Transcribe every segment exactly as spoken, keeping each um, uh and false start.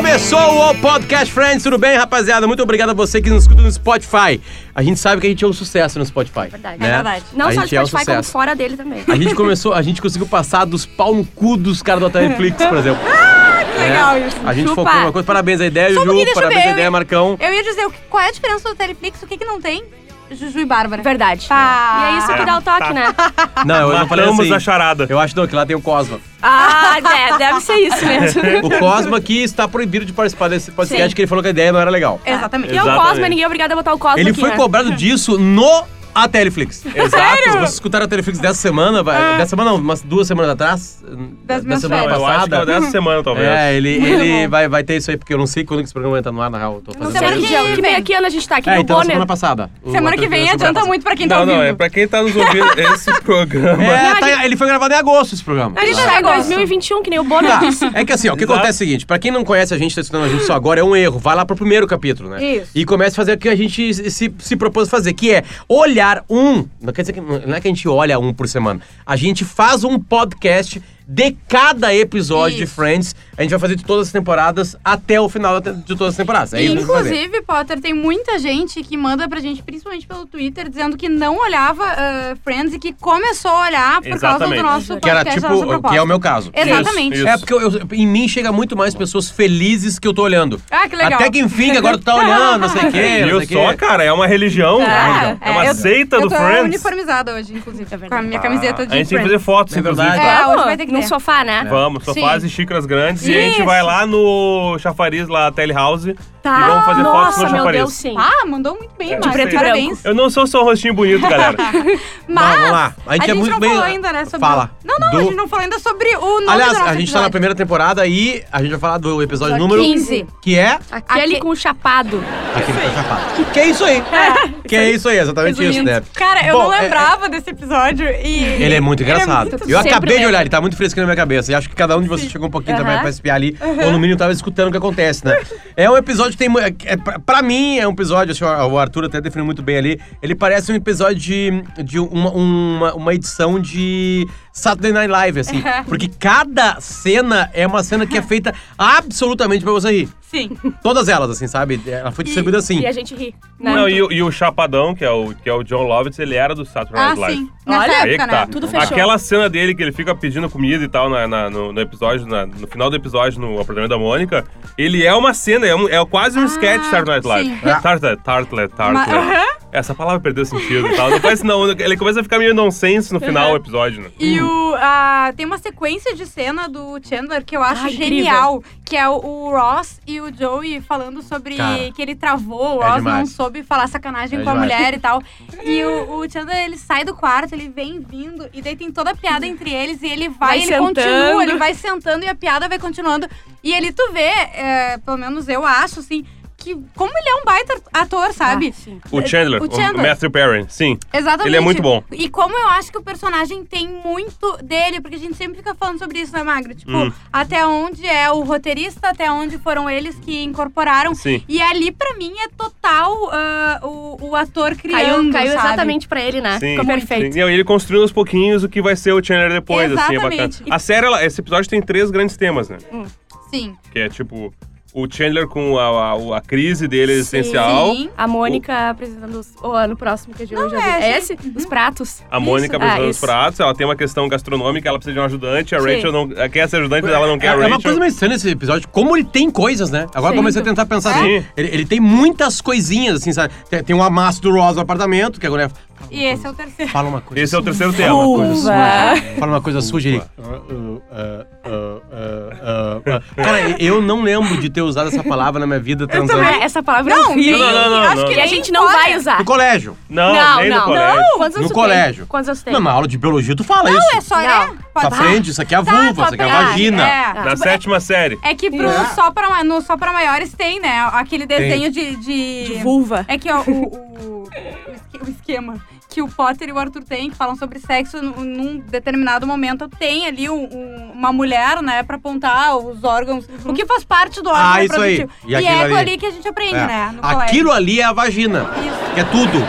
Começou o Podcast Friends, tudo bem, rapaziada? Muito obrigado a você que nos escuta no Spotify. A gente sabe que a gente é um sucesso no Spotify. É verdade. Né? É verdade. Não a só no Spotify, Spotify, é um como fora dele também. A gente começou, a gente conseguiu passar dos pau no cu dos caras do Netflix, por exemplo. Ah, que legal é. isso. A gente Chupa. focou uma coisa. Parabéns a ideia, Só um Juju. pouquinho, deixa eu Parabéns ver, a ideia, eu- Marcão. Eu ia dizer, o que- qual é a diferença do Teleflix? O que que não tem? Juju e Bárbara. Verdade. Tá. E é isso que dá o toque, né? Não, eu não falei Matamos assim. a charada. Eu acho não, que lá tem o Cosma. Ah, é, deve ser isso mesmo. O Cosma que está proibido de participar desse podcast, Sim. que ele falou que a ideia não era legal. Exatamente. E é o Exatamente. Cosma, ninguém é obrigado a botar o Cosma Ele aqui, foi né? cobrado disso no a Teleflix. Exato. Se vocês escutaram a Teleflix dessa semana, vai, dessa semana não, umas duas semanas atrás, da, da minhas semana Não, férias. eu acho que é passada. dessa semana, talvez. É, ele, ele vai, vai ter isso aí, porque eu não sei quando que esse programa vai entrar no ar, na real. Eu tô Não fazendo sei isso. por Que, quê. que, que, que ano a gente tá aqui É, no então, Bonner? semana passada. O Semana que Até vem semana adianta passada. muito pra quem tá Não, ouvindo. não, é pra quem tá nos ouvindo esse programa. É, tá- ele foi gravado em agosto, esse programa. A gente Ah, tá em gosto. dois mil e vinte e um, que nem o Bonner Tá, disse. é que assim, ó, o que Exato. acontece é o seguinte, pra quem não conhece a gente, tá estudando a gente só agora, é um erro. Vai lá pro primeiro capítulo, né? Isso. E comece a fazer o que a gente se, se propôs fazer, que é olhar um, não quer dizer que, não é que a gente olha um por semana, a gente faz um podcast de cada episódio de Isso. Friends. A gente vai fazer de todas as temporadas até o final da te- de todas as temporadas. É E, isso que a gente vai fazer. inclusive, Potter, tem muita gente que manda pra gente, principalmente pelo Twitter, dizendo que não olhava ah, Friends e que começou a olhar por causa Exatamente. do nosso Que era podcast, da nossa tipo, proposta. que é o meu caso. Exatamente. Isso. É, porque eu- eu- em mim chega muito mais pessoas felizes que eu tô olhando. Ah, que legal. Até que enfim, que agora tu tá olhando, não sei o quê, não Viu sei o só, quê. cara? É uma religião. É, É uma eu- seita eu do tô Friends. uniformizada hoje, inclusive, É verdade. com a minha camiseta de A gente tem que Friends. fazer fotos, É inclusive. verdade. Tá? É, hoje vai ter que Num ter. sofá, né? Vamos, sofás Sim. e xícaras grandes. E a gente Isso. vai lá no chafariz, lá, Telehouse. Tá. E vamos fazer fotos Nossa, no meu chafariz. Deus, sim. Ah, mandou muito bem, De Mari. preto e Parabéns. Eu não sou só um rostinho bonito, galera. Mas vamos lá. A gente é muito não bem- falou ainda, né? Sobre... Fala. Não, não, Do- a gente não falou ainda sobre o nome Aliás, do nosso a gente tá na episódio. primeira temporada e a gente vai falar do episódio Episódio número quinze. que é Aquele Aque- com o chapado. aquele que tá chapado. Que, que é isso aí? que é isso aí, exatamente isso, Resumindo. né? Cara, eu Bom, não é- lembrava desse episódio e... Ele é muito engraçado. muito- Eu Sempre acabei de lembro. olhar, ele tá muito fresco na minha cabeça. E acho que cada um de vocês chegou um pouquinho também Aham. pra espiar ali. Ou no mínimo tava escutando o que acontece, né? É um episódio que tem. mu- É, é, pra, pra mim, é um episódio, assim, o Arthur até definiu muito bem ali. Ele parece um episódio de, de uma, uma, uma edição de Saturday Night Live, assim. Porque cada cena é uma cena que é feita absolutamente pra você rir. Sim. Todas elas, assim, sabe? Ela foi distribuída assim. E a gente ri, né? Não, e, o- e o Chapadão, que é o, que é o John Lovitz, ele era do Saturday Ah, Night Live. sim. Nessa Olha, Aí época, que tá. né? Tudo fechou. Aquela cena dele que ele fica pedindo comida e tal na, na- no, no episódio, na- no final do episódio, no apartamento da Mônica, ele é uma cena, é, um- é quase um sketch Saturday Night Live. sim. Tartlet, tartlet, tartlet. Ma- Aham. Essa palavra perdeu sentido e tal. Depois, não, ele começa a ficar meio nonsense no final do episódio, né? E o, ah, tem uma sequência de cena do Chandler que eu acho Ah, genial, que é o, o Ross e o Joey falando sobre Cara, que ele travou, o é Ross demais. não soube falar sacanagem É com a demais. mulher e tal. E o, o Chandler, ele sai do quarto, ele vem vindo, e daí tem toda a piada entre eles, e ele vai, Vai ele sentando. continua, ele vai sentando e a piada vai continuando. E ele, tu vê, é, pelo menos eu acho, assim, que como ele é um baita ator, sabe? Ah, sim. O Chandler, O o, Chandler. Matthew Perry, sim. Exatamente. Ele é muito bom. E como eu acho que o personagem tem muito dele, porque a gente sempre fica falando sobre isso, né, Magro? Tipo, Hum. até onde é o roteirista, até onde foram eles que incorporaram. Sim. E ali, pra mim, é total ah, o, o ator criando, Caiu, caiu sabe? exatamente pra ele, né? Sim, Ficou perfeito. sim. E aí ele construiu aos pouquinhos o que vai ser o Chandler depois, assim, é bacana. Exatamente. A série, ela- esse episódio tem três grandes temas, né? Sim. Que é, tipo, o Chandler com a, a, a crise dele existencial. Sim. A Mônica apresentando os, o ano próximo que a gente Não, já é, viu. É gente. esse? Os pratos. A Mônica Isso. apresentando Ah, os isso. pratos, ela tem uma questão gastronômica, ela precisa de um ajudante, a Sim. Rachel não quer ser ajudante, mas ela não quer É, a é Rachel. uma coisa meio estranha esse episódio, como ele tem coisas, né? Agora Sim. comecei a tentar pensar Sim. assim. Ele, ele tem muitas coisinhas, assim, sabe? Tem, tem um amasso do Ross no apartamento, que agora é. E esse é o terceiro. Fala uma coisa. Esse é o terceiro Fala tema. uma coisa Uva. suja. Fala uma coisa suja ele. Uh, uh, uh, uh, uh, uh. Cara, eu não lembro de ter usado essa palavra na minha vida transando. Ah, essa palavra é Não, horrível. Não, não, não, acho não. que E a nem gente não fora. vai usar. No colégio. Não, não, nem não. no colégio. Não. Quantos No anos tu colégio. tem? Quantos anos tu tem? Não, mas aula de biologia tu fala Não, isso. é só... Não. É, Tá pode- frente, isso aqui é a Tá, vulva, tu isso aqui é a aprende. vagina. É. Na Tipo, sétima série. É que pro É. só pra, no Só Pra Maiores tem, né? Aquele desenho de... De, De vulva. É que ó, o, o, o esque- o esquema que o Potter e o Arthur têm, que falam sobre sexo, num, num determinado momento tem ali um- um- uma mulher, né, pra apontar os órgãos, o que faz parte do órgão Ah, isso aí. reprodutivo. E E, aquilo é aquilo ali. ali que a gente aprende, É. né, no Aquilo colégio. ali é a vagina. Isso. Que é tudo.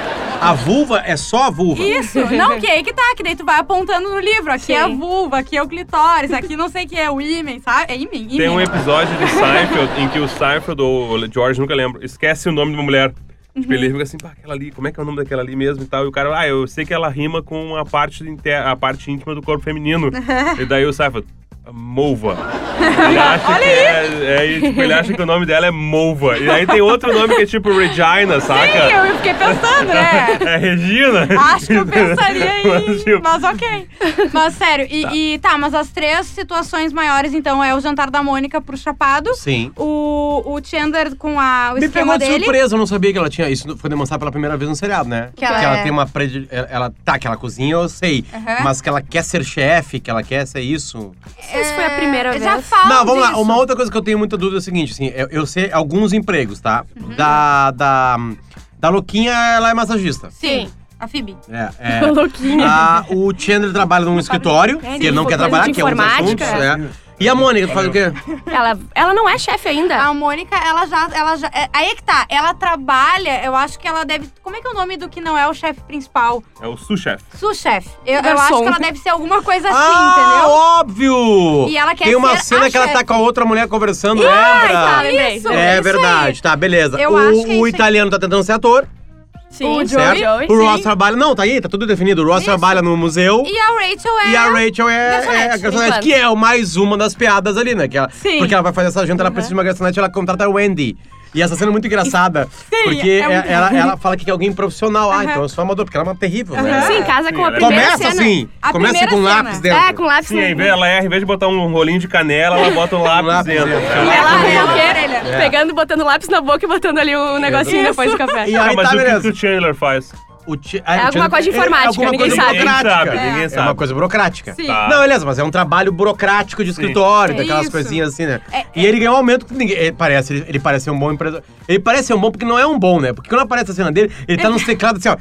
A vulva é só a vulva. Isso, não, que aí que tá, que daí tu vai apontando no livro. Aqui Sim. é a vulva, aqui é o clitóris, aqui não sei o que é o ímen, sabe? É ímen, ímen. Tem um episódio de Seinfeld em que o Seinfeld, ou o George, nunca lembro, esquece o nome de uma mulher. Tipo, ele fica assim, pá, aquela ali, como é que é o nome daquela ali mesmo e tal? E o cara, ah, eu sei que ela rima com a parte, inter... a parte íntima do corpo feminino. E daí o Seinfeld, Mova. Ele acha que é, é, tipo, ele acha que o nome dela é Mova. E aí tem outro nome que é tipo Regina, saca? Sim, eu fiquei pensando, né? É Regina. Acho que eu pensaria em... Mas, tipo- Mas ok. Mas sério, e tá. e tá, mas as três situações maiores, então, é o jantar da Mônica pro Chapado. Sim. O, o Chandler com a, o Me esquema pegou de dele. surpresa, eu não sabia que ela tinha. Isso foi demonstrado pela primeira vez no seriado, né? Que ela é- tem uma predi... ela, ela tá, que ela cozinha, eu sei. Aham. Mas que ela quer ser chefe, que ela quer ser isso. Não sei se foi a primeira vez. Já falo Não, vamos lá. disso. Uma outra coisa que eu tenho muita dúvida é o seguinte, assim, eu, eu sei alguns empregos, tá? Da, da, da Louquinha, ela é massagista. Sim, a Phoebe. É, é. Louquinha. Ah, o Chandler trabalha num escritório, É, que ele não de quer coisa trabalhar, de que é um dos assuntos, informática. né? E a Mônica, tu faz o quê? Ela, ela não é chefe ainda. A Mônica, ela já, ela já... é- aí é que tá, ela trabalha, eu acho que ela deve... Como é que é o nome do que não é o chefe principal? É o sous-chefe. Sous-chefe. Eu, eu Garçom. acho que ela deve ser alguma coisa assim, ah, entendeu? óbvio! E ela quer Tem uma ser cena a que ela tá chefe. com a outra mulher conversando, tá, lembra? lembrei. Isso, É isso verdade, aí. tá, beleza. Eu o acho que é o isso aí. italiano tá tentando ser ator, Sim, O certo? Joey, o Ross sim. trabalha... Não, tá aí, tá tudo definido. O Ross Isso. trabalha no museu. E a Rachel é... E a Rachel é, garçonete, é a garçonete, enquanto. que é o mais uma das piadas ali, né? Que ela, Sim. Porque ela vai fazer essa janta, ela precisa de uma garçonete, ela contrata a Wendy. E essa cena é muito engraçada, porque é muito ela, ela fala que é alguém profissional. Ah, então eu sou amador, porque ela é uma terrível, né? Sim, casa com a Sim, primeira Começa cena. assim, A começa primeira com um cena. lápis dentro. É, com lápis Sim, no... em vez, ela erra, em vez de botar um rolinho de canela, ela bota um lápis, lápis dentro. dentro. Ela- Ela Ela- é o quê? ela- É. Pegando, botando lápis na boca e botando ali um negocinho Isso. depois do café. E Ah, aí mas tá, o que, beleza. que o Chandler faz? O ti- É alguma coisa de informática, alguma ninguém coisa sabe. Ninguém burocrática. sabe, ninguém É sabe. uma coisa burocrática. Sim. Tá. Não, beleza, mas é um trabalho burocrático de escritório, É daquelas isso. coisinhas assim, né? É- e ele ganhou um aumento que ninguém. Ele parece, ele, ele parece ser um bom empresário. Ele parece ser um bom porque não é um bom, né? Porque quando aparece a cena dele, ele tá nos teclados assim, ó.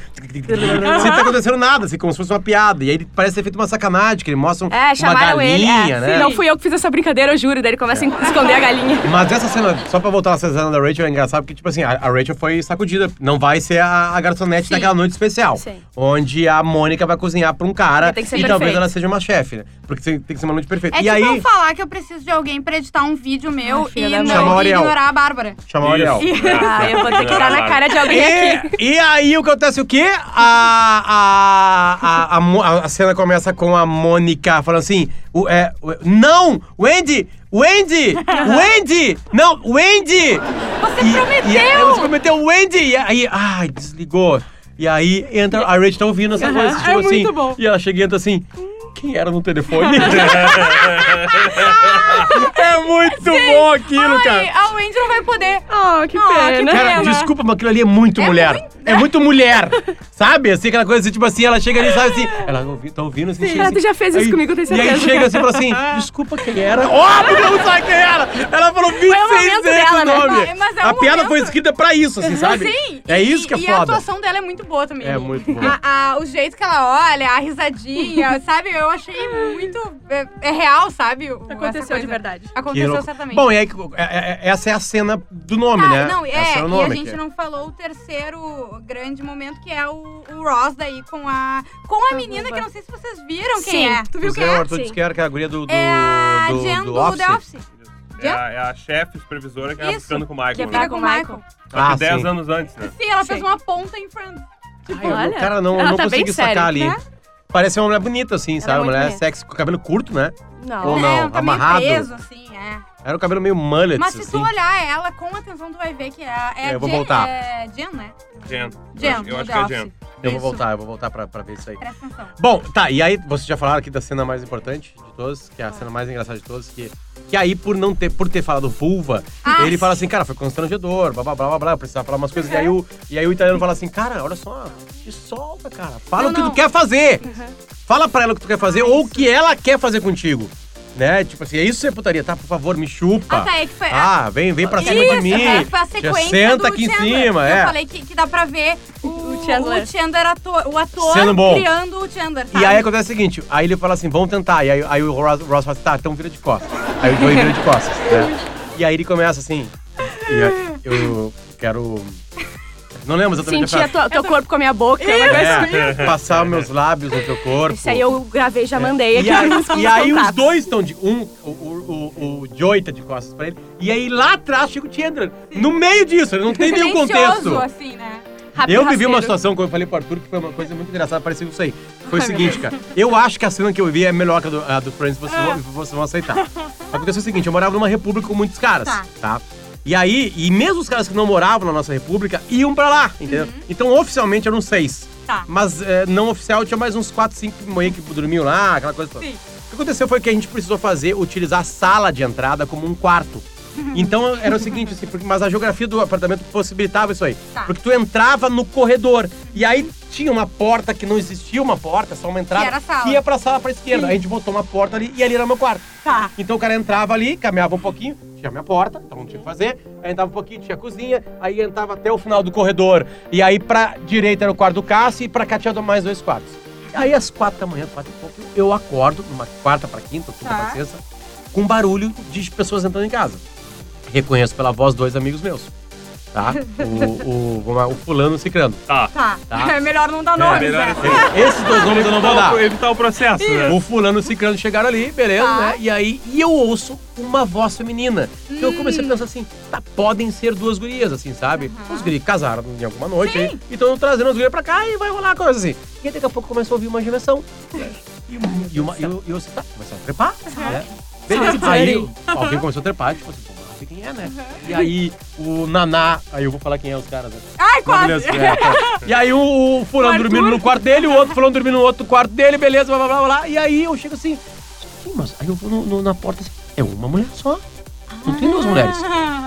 Sem tá acontecendo nada, assim, como se fosse uma piada. E aí ele parece ter feito uma sacanagem, que ele mostra um, É, uma chamaram ele. galinha, É. né? Não fui eu que fiz essa brincadeira, eu juro. Daí ele começa a esconder a galinha. Mas essa cena, só pra voltar nessa cena da Rachel, é engraçado porque, tipo assim, a, a Rachel foi sacudida. Não vai ser a, a garçonete Sim. daquela noite especial. Sim. Onde a Mônica vai cozinhar pra um cara Tem que ser e talvez perfeito. ela seja uma chefe, né? Porque tem, tem que ser uma noite perfeita. É e tipo aí, eu falar que eu preciso de alguém pra editar um vídeo meu Ai, filha e da mãe. Chama o não e Ariel. ignorar a Bárbara. chama o Ariel. Isso. Ah, eu vou ter que dar na cara de alguém aqui. E, e aí, o que acontece o quê? A, a, a, a, Mo- a cena começa com a Mônica falando assim, o, é, o- não, Wendy, Wendy, Wendy, não, Wendy. Você E- prometeu! E, ela se prometeu Wendy. E aí, ai, desligou. E aí, entra, a Rachel tá ouvindo essa coisa, tipo é assim. muito bom. E ela chega e entra assim, quem era no telefone? É muito bom aquilo, Ai, cara. a Wendy não vai poder. Oh, que Ah, que pena. pena. Cara, desculpa, mas aquilo ali é muito É mulher. muito- É muito mulher. Sabe? Assim, aquela coisa assim, tipo assim, ela chega ali, sabe assim. Ela ouvi, tá ouvindo assim. chega Ah, assim, tu já fez isso aí- comigo, eu tenho E aí certeza. chega assim e fala assim: desculpa quem era. Óbvio que eu não sabe quem era! Ela falou vinte e Foi o seis momento vezes dela, o né? nome. Mas- mas é a o piada momento. foi escrita pra isso, assim, sabe? Sim. É e- isso que é e a foda. atuação dela é muito boa também. É muito boa. A- a- o jeito que ela olha, a risadinha, sabe? Eu achei muito... É, é real, sabe? o- essa Aconteceu coisa. de verdade. Que Aconteceu louco. certamente. Bom, e aí, é- é- essa é a cena do nome, Tá, né? não, é, Essa o e nome a gente que é. não falou o terceiro grande momento, que é o, o Ross daí com a com a menina, que eu não sei se vocês viram quem Sim. é. Tu viu Pois quem é, o é? Arthur Sim. disse que era que é a guria do, do, É a do, Jen do do, Office. The Office. É a, é a chefe supervisora que ela Isso. ficando com o Michael. Que né? Fica Tá com o com o Michael. Só Ah, que dez sim. anos antes, né? Sim, ela Sim. fez uma ponta em Friends. Ai, Olha, eu- cara, não, ela não tá bem consegui sacar séria, ali. né? Parece uma mulher bonita, assim, sabe? é Uma muito mulher bonita. sexy, com cabelo curto, né? Não. Ou É, não, tá amarrado. meio preso, assim, é. Era o cabelo meio mullet, Mas se assim. tu olhar ela com atenção, tu vai ver que é, a- é É, eu vou Jen, voltar. É Jen, né? Jen. Jen, Eu acho- eu do acho The que é Office. Jen. Eu vou Isso. voltar, eu vou voltar pra, pra ver isso aí. Presta atenção. Bom, tá, e aí vocês já falaram aqui da cena mais importante de todas, que é a cena mais engraçada de todas, que, que aí por não ter, por ter falado vulva, Ah, ele fala assim, cara, foi constrangedor, blá blá blá blá blá, eu precisava falar umas coisas, e aí o, e aí o italiano fala assim, cara, olha só, te solta, cara, fala Não, o que não. tu quer fazer, fala pra ela o que tu quer fazer, ou o que ela quer fazer contigo, né, tipo assim, é isso que você putaria, tá, por favor, me chupa. Ah, tá, é que foi... Ah, vem, vem pra cima Isso, de mim. é, foi a Já sequência senta do aqui em Chandler. cima, Eu é. falei que, que dá pra ver o, O Chandler. o Chandler ator, o ator Sendo bom. criando o Chandler, sabe? E aí acontece o seguinte, aí ele fala assim, vamos tentar. E aí, aí o Ross, Ross fala assim, tá, então vira de costas. Aí o Joey vira de costas, né? E aí ele começa assim, e eu, eu quero Não lembro exatamente a Sentia frase. tua- teu corpo com a minha boca. uma coisa assim. É, passar meus lábios no teu corpo. Esse aí eu gravei, já mandei aqui. E aí, nos e aí os contatos. dois estão de. Um, o, o, o, o Joey tá de costas pra ele. E aí lá atrás chega o Chandler. No meio disso, ele não tem nenhum contexto. Silencioso, assim, né? Rápido, Eu vivi uma rasteiro. situação, como eu falei pro Arthur, que foi uma coisa muito engraçada, parecia isso aí. Foi o seguinte, cara. Eu acho que a cena que eu vi é melhor que a do, a do Friends, vocês vão, vocês vão aceitar. Aconteceu o seguinte, eu morava numa república com muitos caras, Tá. tá? E aí, e mesmo os caras que não moravam na nossa república, iam pra lá, entendeu? Então, oficialmente, eram seis. Tá. Mas é, não oficial, tinha mais uns quatro, cinco que que dormiam lá, aquela coisa toda. Sim. O que aconteceu foi que a gente precisou fazer, utilizar a sala de entrada como um quarto. Então era o seguinte, assim, porque, mas a geografia do apartamento possibilitava isso aí. Tá. Porque tu entrava no corredor e aí tinha uma porta que não existia uma porta, só uma entrada. Que era a sala. Que ia pra sala pra esquerda. Aí a gente botou uma porta ali e ali era meu quarto. Tá. Então o cara entrava ali, caminhava um pouquinho, tinha minha porta, então não tinha o que fazer. Aí entrava um pouquinho, tinha a cozinha, aí entrava até o final do corredor. E aí pra direita era o quarto do Cássio e pra cá tinha mais dois quartos. Aí às quatro da manhã, quatro e pouco, eu acordo, numa quarta pra quinta, ou quinta Tá. pra sexta, com barulho de pessoas entrando em casa. Reconheço pela voz dois amigos meus, tá? O, o, o fulano cicrano. Tá. Tá. Tá. É melhor não dar É, nome, melhor né? assim. Esses dois nomes eu não vou dar. Evitar o processo, né? O fulano e o cicrano chegaram ali, beleza, Tá. né? E aí, e eu ouço uma voz feminina. Que eu comecei a pensar assim, tá, podem ser duas gurias, assim, sabe? Os gurias casaram em alguma noite aí, e estão trazendo as gurias pra cá e vai rolar coisa assim. E aí daqui a pouco começou a ouvir uma gemessão. E, uma- e, uma, e eu, e eu assim, tá, começou a trepar, né? Beleza. Aí alguém começou a trepar, tipo assim, pô, não sei quem é, né? E aí o Naná, aí eu vou falar quem é os caras, né? Ai, Mas quase. beleza, é, tá. E aí o, o fulano O Arthur. dormindo no quarto dele, o outro fulano dormindo no outro quarto dele, beleza, blá blá blá blá. E aí eu chego assim, sim, mas aí eu vou no- no- na porta assim, é uma mulher só. Não tem duas mulheres.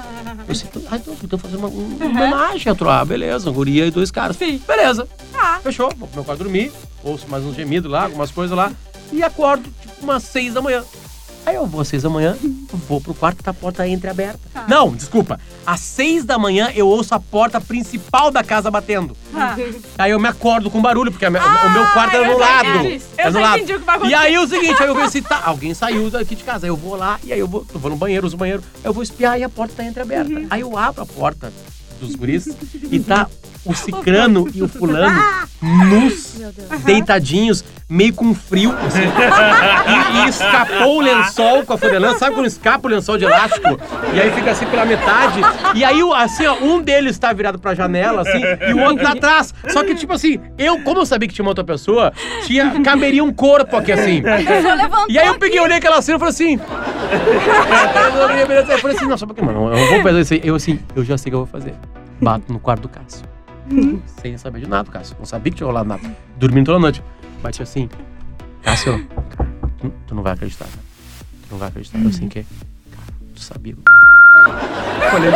Eu sei, ah, então eu fazer uma, uma homenagem. Eu ah, beleza, uma guria e dois caras. Sim. Beleza. Tá. Fechou, vou pro meu quarto dormir, ouço mais uns gemidos lá, algumas coisas lá, e acordo tipo umas seis da manhã. Aí eu vou às seis da manhã, vou pro quarto, tá a porta entreaberta. Tá. Não, desculpa. Às seis da manhã eu ouço a porta principal da casa batendo. Tá. Aí eu me acordo com barulho, porque a minha- o meu quarto era eu no já lado. entendi. Eu Era no já lado. entendi o que vai E acontecer. aí o seguinte, aí eu pensei, tá, alguém saiu daqui de casa. Aí eu vou lá, e aí eu vou, eu vou no banheiro, uso o banheiro, eu vou espiar e a porta tá entreaberta. Uhum. Aí eu abro a porta dos guris e tá o cicrano e o fulano nus, deitadinhos, meio com frio, assim. E, e escapou o lençol com a furelã. Sabe quando escapa o lençol de elástico? E aí fica assim pela metade. E aí, o- assim, ó, um deles tá virado pra janela, assim, e o outro tá atrás. Só que, tipo assim, eu, como eu sabia que tinha uma outra pessoa, tinha, caberia um corpo aqui, assim. Só levantou E aí eu peguei, olhei aquela cena e falei assim... Eu falei assim, não, só um pouquinho, mano, eu não vou fazer isso aí. Eu assim, eu já sei o que eu vou fazer. Bato no quarto do Cássio. Sem saber de nada, Cássio. Não sabia que tinha rolado nada. Dormindo toda noite. Bati assim, Cássio, tu, tu não vai acreditar, cara. Tu não vai acreditar. Eu assim, que? Cara, tu sabia. Falei,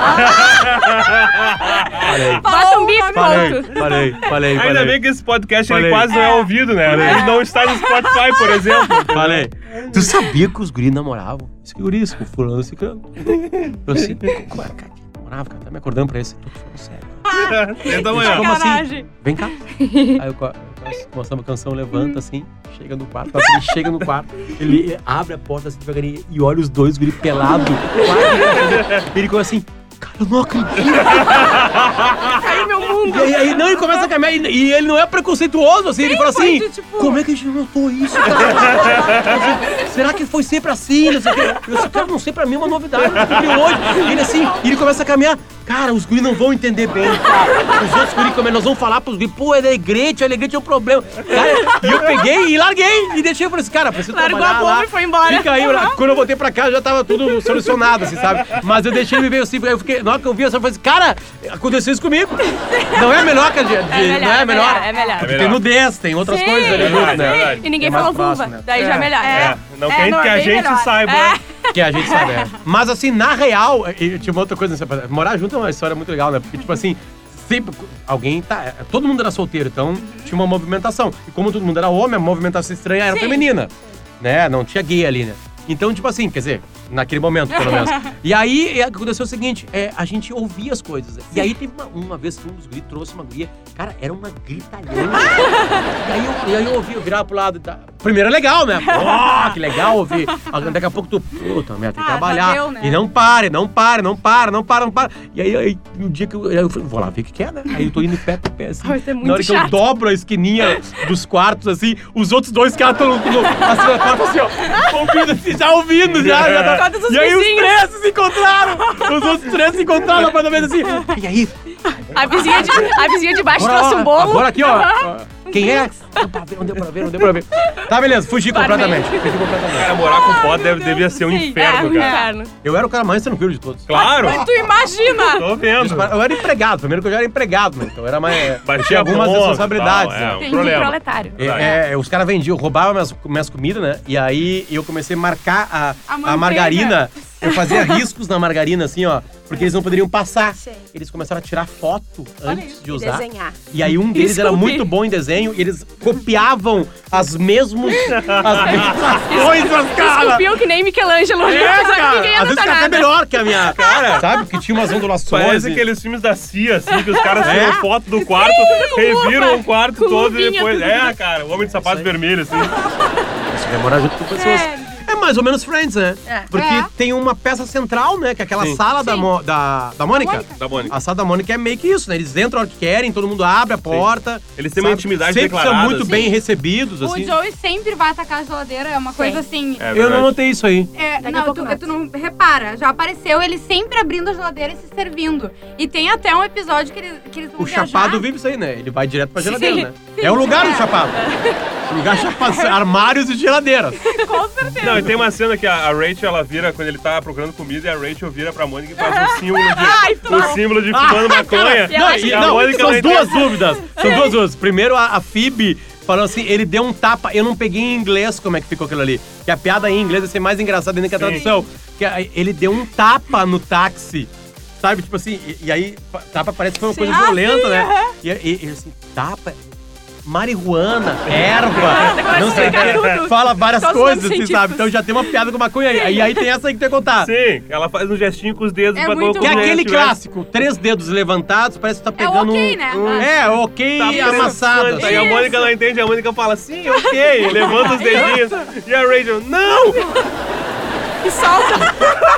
falei, Bota um bife, falei, ponto. falei, falei, Ainda falei. bem que esse podcast ele Falei. quase não é ouvido, né? Ele não está no Spotify, por exemplo. Falei. Tu sabia que os guris namoravam? Isso que guris, o fulano e ciclano. Eu assim, como é, cara, que namorava, cara, tá me acordando pra esse. Tô falando sério. Seis da manhã. Como assim? Sacanagem. Vem cá. Aí eu co- começamos a canção, levanta assim, chega no quarto. Assim, ele chega no quarto, ele abre a porta assim devagarinho e olha os dois guris pelados. Ele começa assim, cara, eu não acredito. Caiu meu mundo. E aí, aí, não, ele começa a caminhar e, e ele não é preconceituoso, assim, ele fala assim, foi de, tipo- como é que a gente não notou isso, cara? Será que foi sempre assim? Não sei o quê. Eu disse, cara, não sei, pra mim é uma novidade, eu descobri hoje. E ele assim, e ele começa a caminhar, cara, os guris não vão entender bem, cara. Os outros guris, como é, nós vamos falar pros guris, pô, é alegrete, alegrete é um problema. Cara, e eu peguei e larguei, e deixei, eu falei assim, cara, preciso Largou trabalhar a bomba lá. e foi embora. Fica aí, quando eu voltei pra casa já tava tudo solucionado, assim, sabe? Mas eu deixei ele ver assim, aí eu fiquei, na hora que eu vi, eu só falei assim, cara, aconteceu isso comigo. Não é melhor que a gente, É melhor, não é melhor? É melhor. Porque É tem melhor. nudez, tem outras Sim. coisas ali É junto, verdade, né? é verdade. E ninguém É mais falou vulva. próximo, né? Daí já é melhor. É, não É, quer não, que é a bem gente melhor. saiba. É. Que a gente sabe, é. Mas assim, na real, e tinha uma outra coisa, né? Morar junto é uma história muito legal, né? Porque, tipo assim, sempre alguém tá. Todo mundo era solteiro, então tinha uma movimentação. E como todo mundo era homem, a movimentação estranha era Sim. feminina. Né? Não tinha gay ali, né? Então, tipo assim, quer dizer, naquele momento, pelo menos. E aí é, aconteceu o seguinte: é, a gente ouvia as coisas. Né? E aí teve uma, uma vez que um dos guris trouxe uma guria, cara, era uma gritalhona. e, aí eu, e aí eu ouvi, eu virava pro lado, tá, primeiro é legal, né? Pô, que legal ouvir. Daqui a pouco tu, puta, merda, tem que Ah, já trabalhar. deu, né? E não pare, não pare, não para, não para, não para. E aí, aí no dia que eu, eu falei, vou lá ver o que que é, né? Aí eu tô indo pé a pé, assim. Vai ser muito Na hora que eu chato. dobro a esquininha dos quartos, assim, os outros dois caras estão no, no, assim, na porta, assim, ó, ouvindo, assim, já ouvindo, já. já tá. Todos os E aí os vizinhos. três se encontraram. Os outros três se encontraram no apartamento, assim. E aí? A vizinha de, a vizinha de baixo Agora, trouxe um ó, bolo. Agora aqui, ó. Quem é? Não, pra ver, não deu pra ver, não deu pra ver. Tá, beleza, fugi completamente. Fugi completamente. Cara, morar com pó deve, devia ser um Sim, inferno, é, um cara. inferno. Eu era o cara mais tranquilo de todos. Claro! Mas tu imagina! Tô vendo. Eu era empregado, primeiro que eu já era empregado, né? Então era mais. Batia Tinha algumas ponto e responsabilidades. tal, é, né? um Tem problema. um proletário. É, é, os caras vendiam, roubavam minhas, minhas comidas, né? E aí eu comecei a marcar a, A a, manteiga. margarina. Eu fazia riscos na margarina, assim, ó. Porque eles não poderiam passar. Sei. Eles começaram a tirar foto antes de E usar. desenhar. E aí um deles era Esculpir. muito bom em desenho e eles copiavam as mesmos, as mesmas coisas, cara. Esculpiu que nem Michelangelo. É, Só que cara. ninguém ia Às vezes notar fica até nada. melhor que a minha cara. Sabe? Porque tinha umas ondulações. Parece e- aqueles filmes da C I A, assim, que os caras É. tiram foto do quarto, reviram luva, o quarto com todo e luvinha, depois. tudo. É, cara, o homem de sapatos vermelhos, assim. Isso vai morar junto com pessoas. É. É mais ou menos Friends, né? É. Porque É. tem uma peça central, né? Que é aquela Sim. sala da, Mo- da, da Mônica. Mônica. Da Mônica. A sala da Mônica é meio que isso, né? Eles entram a hora que querem, todo mundo abre a porta. Eles têm uma sabe? intimidade Sempre são declarada, muito assim. bem recebidos, O assim. Joey sempre vai atacar a geladeira, é uma coisa assim. É Eu verdade. não notei isso aí. É, Daqui a não, pouco tu, nota. tu não repara, já apareceu ele sempre abrindo a geladeira e se servindo. E tem até um episódio que, ele, que eles vão O viajar. Chapado vive isso aí, né? Ele vai direto pra geladeira, Sim, né? sim. É o lugar do É. Chapado. O lugar Chapado, armários e geladeiras. Com certeza. Não, e tem uma cena que a, a Rachel, ela vira, quando ele tá procurando comida, e a Rachel vira pra Mônica e faz um símbolo de, Ai, um símbolo de fumando maconha. E ela Não, acha e- que a não, Mônica são não duas entende. dúvidas. São duas dúvidas. Primeiro, a, a Phoebe falou assim, ele deu um tapa. Eu não peguei em inglês como é que ficou aquilo ali. Que a piada em inglês vai ser mais engraçada ainda que a Sim. tradução. Que a- ele deu um tapa no táxi. Sabe, tipo assim, e, e aí, pa- tapa parece que foi uma coisa Ah, violenta, sim, né? aham. E, e, e assim, tapa, marihuana, erva, Agora não sei o explica que. tudo. Fala várias Todos os coisas, nomes assim, científicos. sabe? Então já tem uma piada com maconha aí. E aí tem essa aí que tu ia contar. Sim, ela faz um gestinho com os dedos É pra muito Que é bom. aquele clássico, três dedos levantados, parece que tá É o pegando ok, um... né? um- Ah. É, ok Tá amassado. Aí a Isso. Mônica não entende, a Mônica fala, sim, ok, levanta os dedinhos. E a Rachel, não! E solta.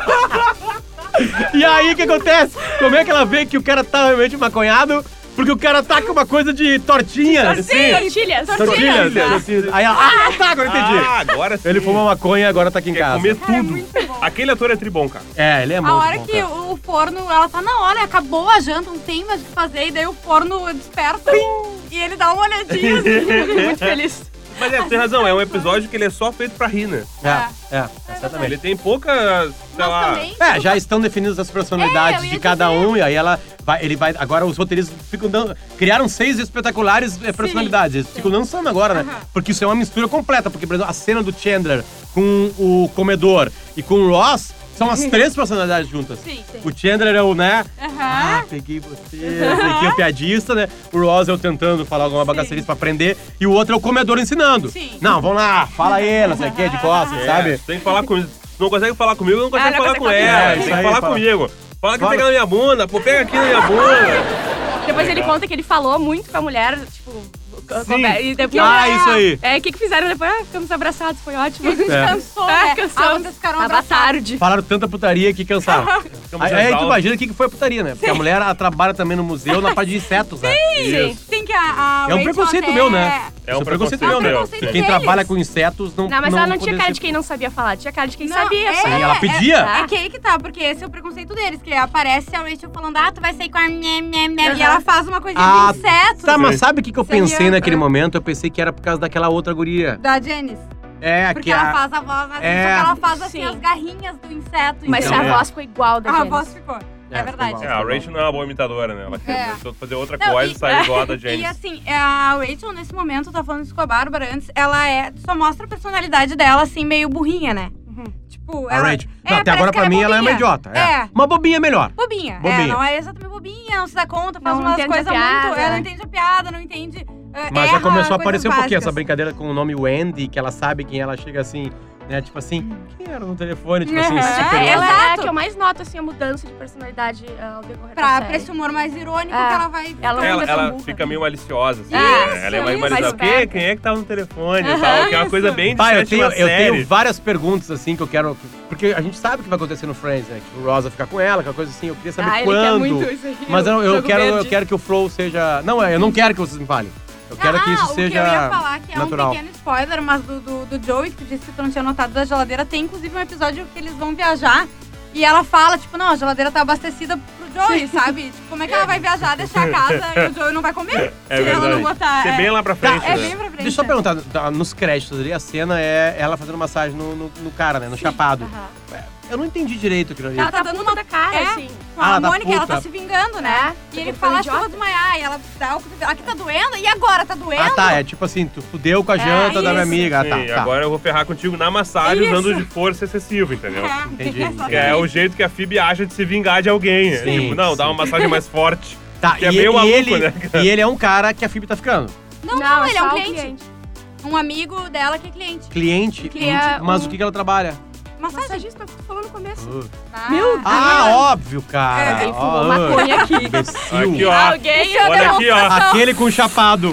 E aí o que acontece? Como é que ela vê que o cara tá realmente maconhado? Porque o cara tá com uma coisa de tortinha. Sim, tortilhas. Tortilhas. tortilhas. Aí ela, ah, tá, agora eu entendi. Ah, agora sim. Ele fumou maconha e agora tá aqui em Quer casa. comer Cara, é tudo. muito bom. Aquele ator é tribom, cara. É, ele é muito A hora bom, que cara. o, o forno, ela tá na hora, acabou a janta, não tem mais o que fazer, e daí o forno desperta e ele dá uma olhadinha assim. Muito feliz. Mas é, tem razão, é um episódio que ele é só feito pra rir, né? É, é, exatamente. Ele tem pouca, sei Mas lá... também, É, já estão definidas as É, personalidades eu ia de cada dizer. um, e aí ela vai, ele vai. Agora os roteiristas ficam dando. Criaram seis espetaculares eh, personalidades. Eles ficam lançando agora, né? Aham. Porque isso é uma mistura completa. Porque, por exemplo, a cena do Chandler com o comedor e com o Ross são as três personalidades juntas. Sim, sim. O Chandler é o, né? Aham. Ah, peguei você, peguei o piadista, né? O Ross é o tentando falar alguma bagaceirice pra aprender. E o outro é o comedor ensinando. Sim. Não, vamos lá, fala aí, não sei o que, de costas, É, sabe? Tem que falar com... Se não consegue falar comigo, não consegue Ah, não falar consegue com falar ela. comigo. Tem Isso que aí, falar fala. comigo. Fala que Fala. pega na minha bunda, pô, pega aqui na minha bunda. Depois ele conta que ele falou muito com a mulher, tipo... conver- E depois, Ah, isso aí. É, o que que fizeram depois? Ah, ficamos abraçados, foi ótimo. É. Cansou, Ah, né? cansamos. Ah, vocês ficaram Tava abraçados. tarde. Falaram tanta putaria que cansaram. Ficamos Aí, aí tu exaustos. imagina o que que foi a putaria, né? Porque a mulher ela trabalha também no museu na parte de insetos, né? Sim. Sim, que a, a É um Rachel preconceito até- meu, né? É Isso um preconceito meu, né? É um preconceito Quem deles. trabalha com insetos não Não, mas ela não tinha poder cara ser- de quem não sabia falar, tinha cara de quem Não, sabia. é. só. Sim, ela pedia. É que aí que tá, porque esse é o preconceito deles, que aparece a Rachel falando, ah, tu vai sair com a nhé, nhé, nhé, Aham. e ela faz uma coisinha Ah, de inseto. Tá, mas sabe o que, que eu Seria- pensei naquele momento? Eu pensei que era por causa daquela outra guria. Da Janice. É, Porque que ela a... faz a voz assim, É. só que ela faz assim Sim. as garrinhas do inseto. Mas Então, a é. voz ficou igual da A Janice. voz ficou. É, É, verdade. ficou É, a Rachel não é uma boa imitadora, né? Ela É. tentou fazer outra Não, coisa e- e saiu igual a da E James. assim, a Rachel, nesse momento, tá falando isso com a Bárbara antes, ela é. Só mostra a personalidade dela, assim, meio burrinha, né? Uhum. Tipo, A ela. Rachel. É, Não, até parece agora, que pra mim, ela é uma bobinha. idiota. É. É. Uma bobinha melhor. Bobinha. Bobinha. É, não é exatamente bobinha, não se dá conta, faz Não umas entende a coisas piada. muito. Ela não entende a piada, não entende. é, Mas já erra começou a coisas aparecer um pouquinho essa básicas. brincadeira com o nome Wendy, que ela sabe quem ela chega assim. né? Tipo assim, quem era no telefone? Tipo assim, É, super... é, Ela é a Exato. que eu mais noto, assim, a mudança de personalidade uh, ao decorrer Pra, da pra série. esse humor mais irônico É. que ela vai... Ela- Ela, Ela ela burra. fica meio maliciosa, assim. Isso, né? Ela é mais isso, maliciosa. mais O quê? esperta. Quem é que tava no telefone e tal? Que é uma coisa bem de Pai, eu sétima tenho, eu série. tenho várias perguntas, assim, que eu quero... Porque a gente sabe o que vai acontecer no Friends, né? Que o Ross vai ficar com ela, aquela coisa assim. Eu queria saber Ah, ele quando. quer muito isso aí. Mas eu, o eu jogo quero, eu verde. quero que o flow seja... Não, eu não quero que vocês me falem. Eu quero que isso ah, seja o que eu ia falar, que é natural. um pequeno spoiler, mas do, do, do Joey, que tu disse que tu não tinha notado da geladeira, tem inclusive um episódio que eles vão viajar e ela fala, tipo, não, a geladeira tá abastecida pro Joey, sabe? Tipo, como é que ela vai viajar, deixar a casa e o Joey não vai comer? É se ela verdade. não botar... Ser é, bem lá pra frente, é né? bem pra frente. Deixa eu só perguntar, tá, nos créditos ali, a cena é ela fazendo massagem no, no, no cara, né? No chapado. Aham. Eu não entendi direito aquilo ali. Ela tá Tá dando puta uma- da cara, é. assim. Com a Ah, da Mônica, ela puta. tá se vingando, né? É, E porque ele foi fala, um acho que eu vou idiota. desmaiar. E ela dá o cotovelo. Aqui tá doendo? E agora? Tá doendo? Ah, tá. É tipo assim, tu fudeu com a janta da minha isso. amiga. Ah, tá, Sim, tá. agora eu vou ferrar contigo na massagem Isso. usando de força excessiva, entendeu? É, Entendi. exatamente. Que é o jeito que a Phoebe acha de se vingar de alguém. Sim, tipo, não, dá sim. uma massagem mais forte. Tá, Que é e, meio e maluco, ele, né, cara? e ele é um cara que a Phoebe tá ficando. Não, não, ele é um só o cliente. Um amigo dela que é cliente. Cliente, Que é mas um- o que, que ela trabalha? Massagem. Massagista, tu falou no começo. Uh. Ah, Meu Ah, óbvio, cara. Alguém Ó, fumou uh, maconha aqui. imbecil. Aqui, ó. Alguém... Olha aqui, ó. Aquele com chapado.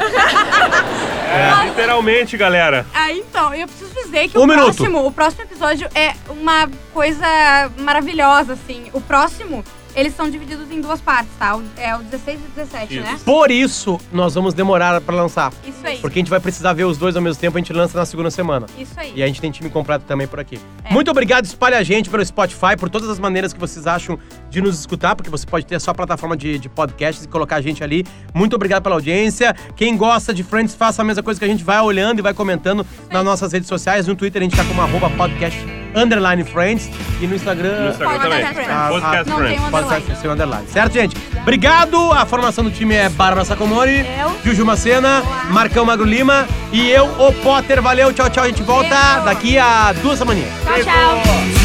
É, literalmente, galera. Ah, então, eu preciso dizer que Um o minuto. próximo, o próximo episódio é uma coisa maravilhosa, assim. O próximo, eles são divididos em duas partes, tá? O- É o dezesseis e o dezessete, Isso. né? Por isso, nós vamos demorar pra lançar. Isso aí. Porque a gente vai precisar ver os dois ao mesmo tempo, a gente lança na segunda semana. Isso aí. E a gente tem time completo também por aqui. É. Muito obrigado, espalhe a gente pelo Spotify, por todas as maneiras que vocês acham de nos escutar, porque você pode ter a sua plataforma de, de podcasts e colocar a gente ali. Muito obrigado pela audiência. Quem gosta de Friends, faça a mesma coisa que a gente vai olhando e vai comentando nas nossas redes sociais. No Twitter a gente tá como arroba podcast underline Friends. E no Instagram... No Instagram Podcast também. Friends. Podcast Não Friends. tem um Podcast underline. sem underline. Certo, gente? Obrigado. A formação do time é Bárbara Sacomori, Eu. Juju Macena, Marcão Magro Lima e eu, o Potter. Valeu, tchau, tchau. A gente volta Beijo. daqui a duas semaninhas. Tchau, tchau.